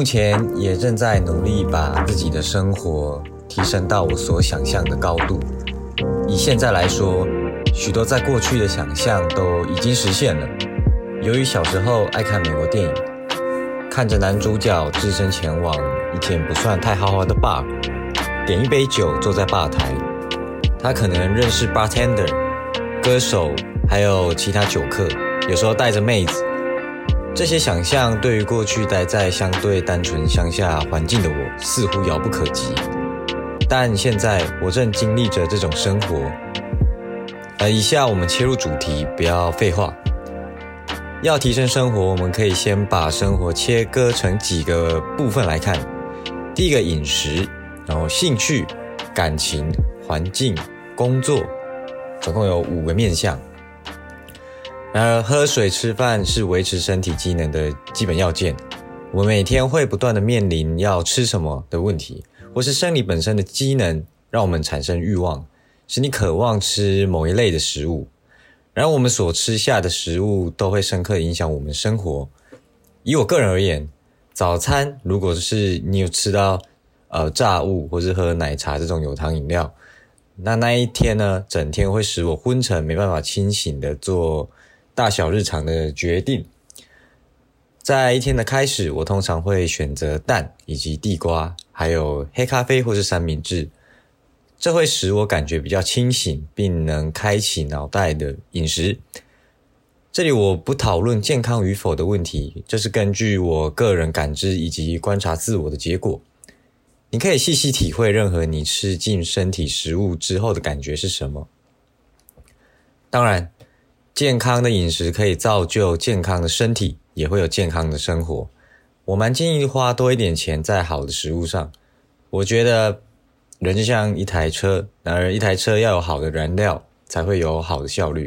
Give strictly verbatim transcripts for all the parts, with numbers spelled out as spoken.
目前也正在努力把自己的生活提升到我所想象的高度。以现在来说，许多在过去的想象都已经实现了。由于小时候爱看美国电影，看着男主角只身前往一间不算太豪华的 bar， 点一杯酒坐在吧台，他可能认识 bartender、歌手还有其他酒客，有时候带着妹子。这些想象对于过去待在相对单纯乡下环境的我似乎遥不可及，但现在我正经历着这种生活。而以下我们切入主题，不要废话。要提升生活，我们可以先把生活切割成几个部分来看。第一个饮食，然后兴趣、感情、环境、工作，总共有五个面向。然而喝水吃饭是维持身体机能的基本要件，我们每天会不断的面临要吃什么的问题，或是生理本身的机能让我们产生欲望，使你渴望吃某一类的食物。然而我们所吃下的食物都会深刻影响我们的生活。以我个人而言，早餐如果是你有吃到呃炸物或是喝奶茶这种有糖饮料，那那一天呢，整天会使我昏沉，没办法清醒的做大小日常的决定。在一天的开始，我通常会选择蛋以及地瓜，还有黑咖啡或是三明治，这会使我感觉比较清醒，并能开启脑袋的饮食。这里我不讨论健康与否的问题，这是根据我个人感知以及观察自我的结果。你可以细细体会任何你吃进身体食物之后的感觉是什么。当然，健康的饮食可以造就健康的身体，也会有健康的生活。我蛮建议花多一点钱在好的食物上。我觉得人就像一台车，然而一台车要有好的燃料，才会有好的效率。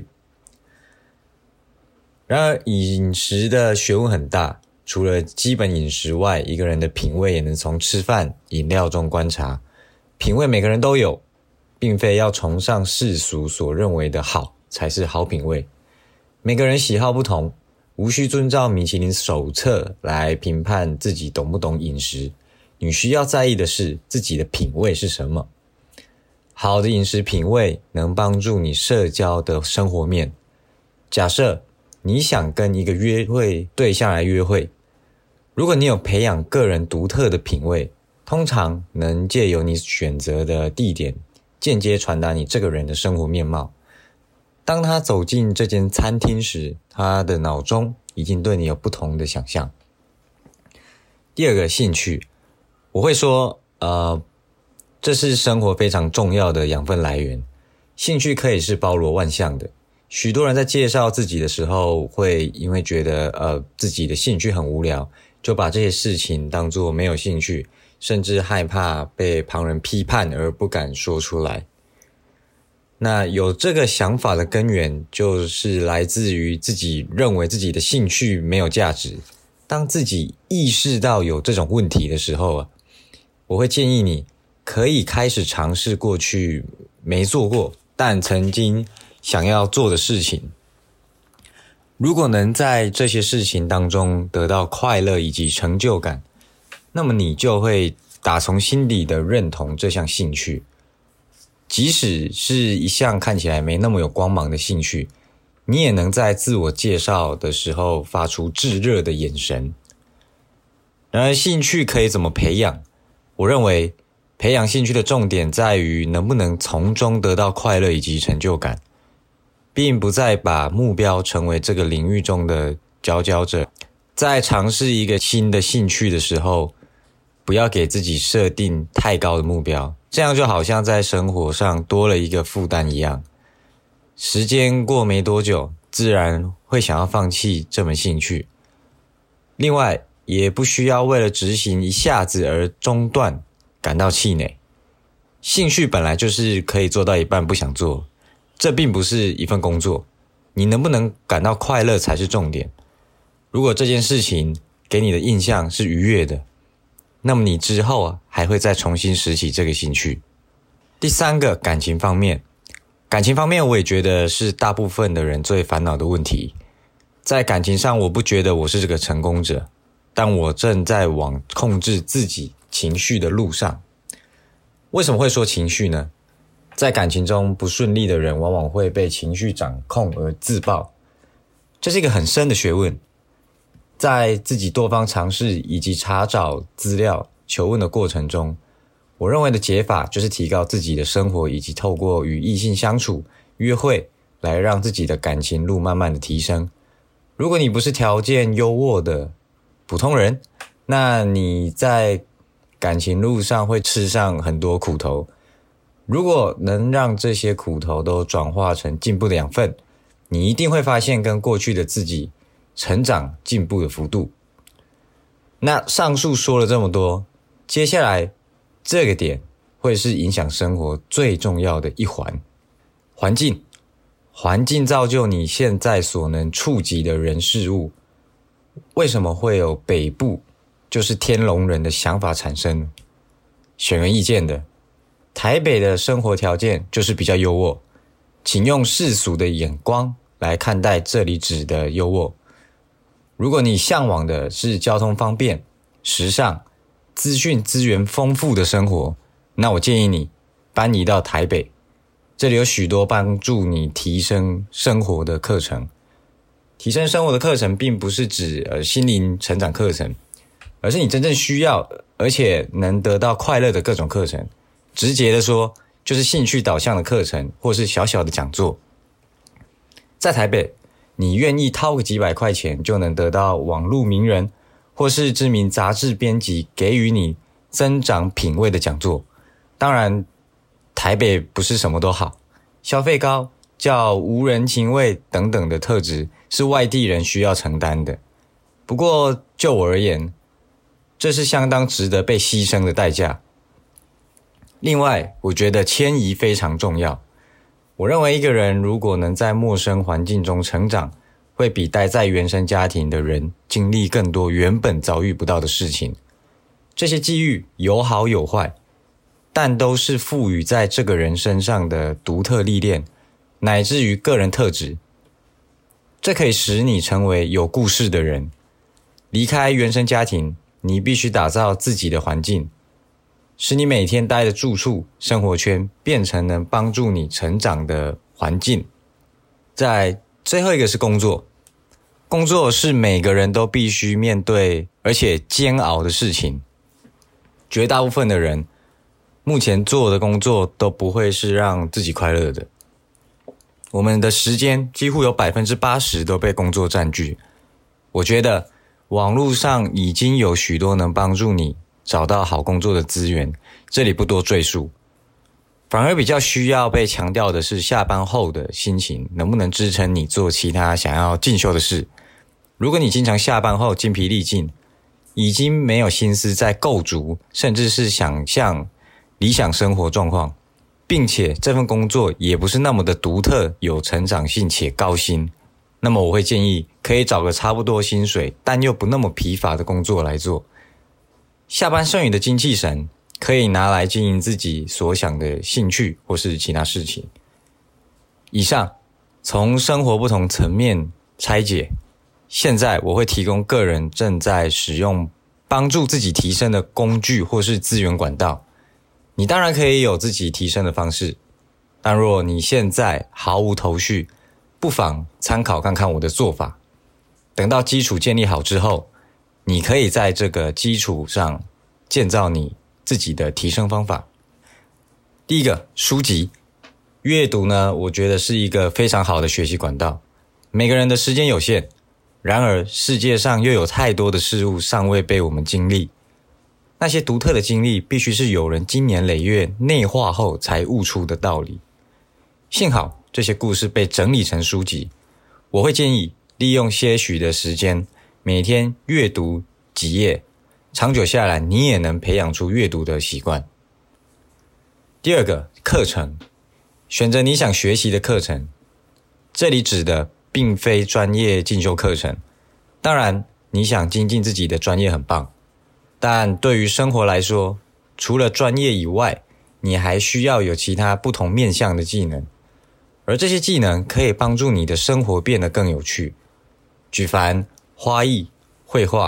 然而饮食的学问很大，除了基本饮食外，一个人的品味也能从吃饭、饮料中观察。品味每个人都有，并非要崇尚世俗所认为的好才是好品味。每个人喜好不同，无需遵照米其林手册来评判自己懂不懂饮食。你需要在意的是自己的品味是什么。好的饮食品味能帮助你社交的生活面。假设你想跟一个约会对象来约会，如果你有培养个人独特的品味，通常能借由你选择的地点，间接传达你这个人的生活面貌。当他走进这间餐厅时，他的脑中已经对你有不同的想象。第二个，兴趣。我会说，呃，这是生活非常重要的养分来源。兴趣可以是包罗万象的。许多人在介绍自己的时候，会因为觉得呃自己的兴趣很无聊，就把这些事情当作没有兴趣，甚至害怕被旁人批判而不敢说出来。那有这个想法的根源，就是来自于自己认为自己的兴趣没有价值。当自己意识到有这种问题的时候啊，我会建议你可以开始尝试过去没做过但曾经想要做的事情。如果能在这些事情当中得到快乐以及成就感，那么你就会打从心底的认同这项兴趣。即使是一项看起来没那么有光芒的兴趣，你也能在自我介绍的时候发出炙热的眼神。然而兴趣可以怎么培养？我认为培养兴趣的重点在于能不能从中得到快乐以及成就感，并不再把目标成为这个领域中的佼佼者。在尝试一个新的兴趣的时候，不要给自己设定太高的目标，这样就好像在生活上多了一个负担一样。时间过没多久，自然会想要放弃这门兴趣。另外，也不需要为了执行一下子而中断感到气馁。兴趣本来就是可以做到一半不想做，这并不是一份工作，你能不能感到快乐才是重点。如果这件事情给你的印象是愉悦的，那么你之后啊还会再重新拾起这个兴趣。第三个，感情方面。感情方面我也觉得是大部分的人最烦恼的问题。在感情上，我不觉得我是这个成功者， 但我正在往控制自己情绪的路上。为什么会说情绪呢？在感情中不顺利的人往往会被情绪掌控而自爆，这是一个很深的学问。在自己多方尝试以及查找资料求问的过程中，我认为的解法就是提高自己的生活，以及透过与异性相处、约会来让自己的感情路慢慢的提升。如果你不是条件优渥的普通人，那你在感情路上会吃上很多苦头。如果能让这些苦头都转化成进步的养分，你一定会发现跟过去的自己成长进步的幅度。那上述说了这么多，接下来这个点会是影响生活最重要的一环。环境，环境造就你现在所能触及的人事物。为什么会有北部就是天龙人的想法产生呢？显而易见的，台北的生活条件就是比较优渥，请用世俗的眼光来看待这里指的优渥。如果你向往的是交通方便、时尚、资讯资源丰富的生活，那我建议你搬移到台北，这里有许多帮助你提升生活的课程。提升生活的课程并不是指呃心灵成长课程，而是你真正需要而且能得到快乐的各种课程。直接的说，就是兴趣导向的课程或是小小的讲座。在台北，你愿意掏个几百块钱就能得到网络名人或是知名杂志编辑给予你增长品味的讲座。当然，台北不是什么都好，消费高、较无人情味等等的特质是外地人需要承担的。不过就我而言，这是相当值得被牺牲的代价。另外，我觉得迁移非常重要。我认为一个人如果能在陌生环境中成长，会比待在原生家庭的人经历更多原本遭遇不到的事情。这些机遇有好有坏，但都是赋予在这个人身上的独特历练，乃至于个人特质。这可以使你成为有故事的人。离开原生家庭，你必须打造自己的环境，使你每天待的住处、生活圈变成能帮助你成长的环境。在最后一个是工作。工作是每个人都必须面对而且煎熬的事情。绝大部分的人目前做的工作都不会是让自己快乐的。我们的时间几乎有 百分之八十 都被工作占据。我觉得网络上已经有许多能帮助你找到好工作的资源，这里不多赘述。反而比较需要被强调的是下班后的心情能不能支撑你做其他想要进修的事。如果你经常下班后精疲力尽，已经没有心思在构筑甚至是想象理想生活状况，并且这份工作也不是那么的独特、有成长性且高薪，那么我会建议可以找个差不多薪水但又不那么疲乏的工作来做。下班剩余的精气神可以拿来经营自己所想的兴趣或是其他事情。以上从生活不同层面拆解，现在我会提供个人正在使用帮助自己提升的工具或是资源管道。你当然可以有自己提升的方式，但若你现在毫无头绪，不妨参考看看我的做法。等到基础建立好之后，你可以在这个基础上建造你自己的提升方法。第一个，书籍。阅读呢，我觉得是一个非常好的学习管道。每个人的时间有限，然而世界上又有太多的事物尚未被我们经历。那些独特的经历必须是有人经年累月内化后才悟出的道理。幸好这些故事被整理成书籍，我会建议利用些许的时间，每天阅读几页，长久下来你也能培养出阅读的习惯。第二个，课程。选择你想学习的课程，这里指的并非专业进修课程。当然你想精进自己的专业很棒，但对于生活来说，除了专业以外，你还需要有其他不同面向的技能，而这些技能可以帮助你的生活变得更有趣。举凡花艺、绘画、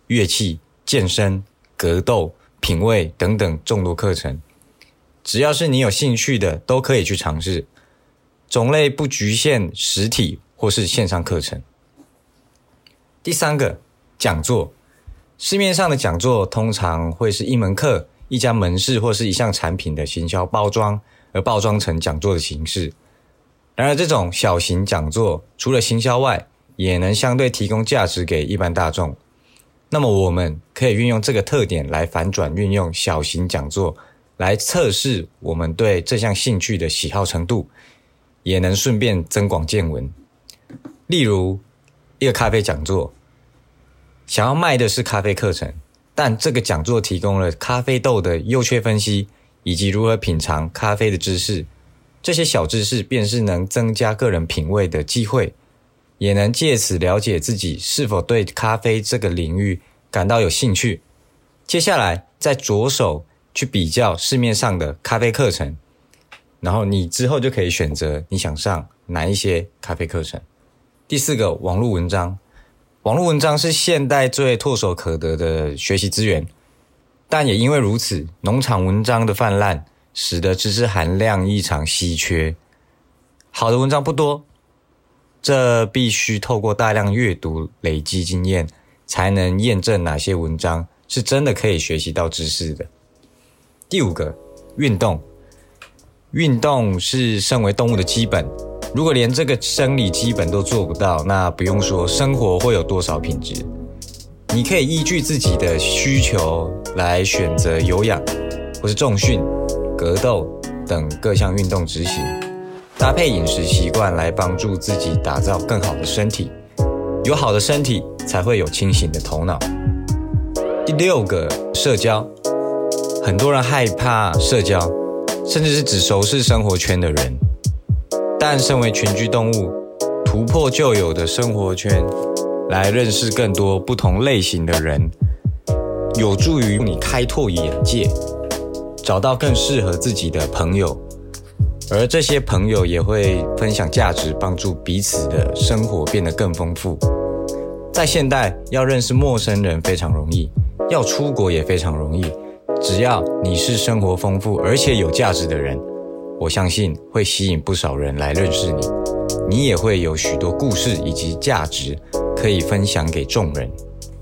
乐器、健身、格斗、品味等等众多课程。只要是你有兴趣的，都可以去尝试。种类不局限实体或是线上课程。第三个，讲座。市面上的讲座通常会是一门课、一家门市或是一项产品的行销包装，而包装成讲座的形式。然而这种小型讲座除了行销外，也能相对提供价值给一般大众。那么我们可以运用这个特点来反转运用小型讲座来测试我们对这项兴趣的喜好程度，也能顺便增广见闻。例如一个咖啡讲座，想要卖的是咖啡课程，但这个讲座提供了咖啡豆的优缺分析以及如何品尝咖啡的知识。这些小知识便是能增加个人品味的机会，也能借此了解自己是否对咖啡这个领域感到有兴趣。接下来再着手去比较市面上的咖啡课程，然后你之后就可以选择你想上哪一些咖啡课程。第四个，网络文章。网络文章是现代最唾手可得的学习资源，但也因为如此，农场文章的泛滥使得知识含量异常稀缺，好的文章不多，这必须透过大量阅读累积经验，才能验证哪些文章是真的可以学习到知识的。第五个，运动。运动是身为动物的基本，如果连这个生理基本都做不到，那不用说生活会有多少品质。你可以依据自己的需求来选择有氧或是重训、格斗等各项运动执行，搭配饮食习惯来帮助自己打造更好的身体。有好的身体才会有清醒的头脑。第六个，社交。很多人害怕社交，甚至是只熟识生活圈的人，但身为群居动物，突破旧有的生活圈，来认识更多不同类型的人，有助于你开拓眼界，找到更适合自己的朋友，而这些朋友也会分享价值，帮助彼此的生活变得更丰富。在现代，要认识陌生人非常容易，要出国也非常容易，只要你是生活丰富而且有价值的人，我相信会吸引不少人来认识你，你也会有许多故事以及价值可以分享给众人。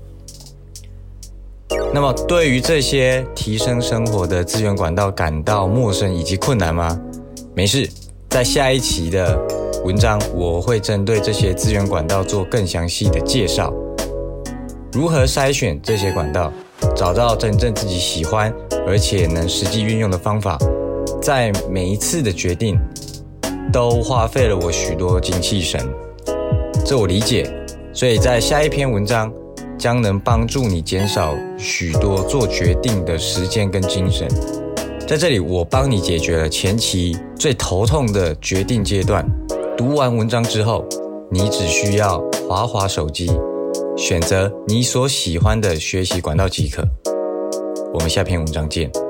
那么对于这些提升生活的资源管道感到陌生以及困难吗？没事，在下一期的文章我会针对这些资源管道做更详细的介绍，如何筛选这些管道，找到真正自己喜欢而且能实际运用的方法，在每一次的决定都花费了我许多精气神，这我理解，所以在下一篇文章将能帮助你减少许多做决定的时间跟精神。在这里我帮你解决了前期最头痛的决定阶段，读完文章之后，你只需要滑滑手机，选择你所喜欢的学习管道即可。我们下篇文章见。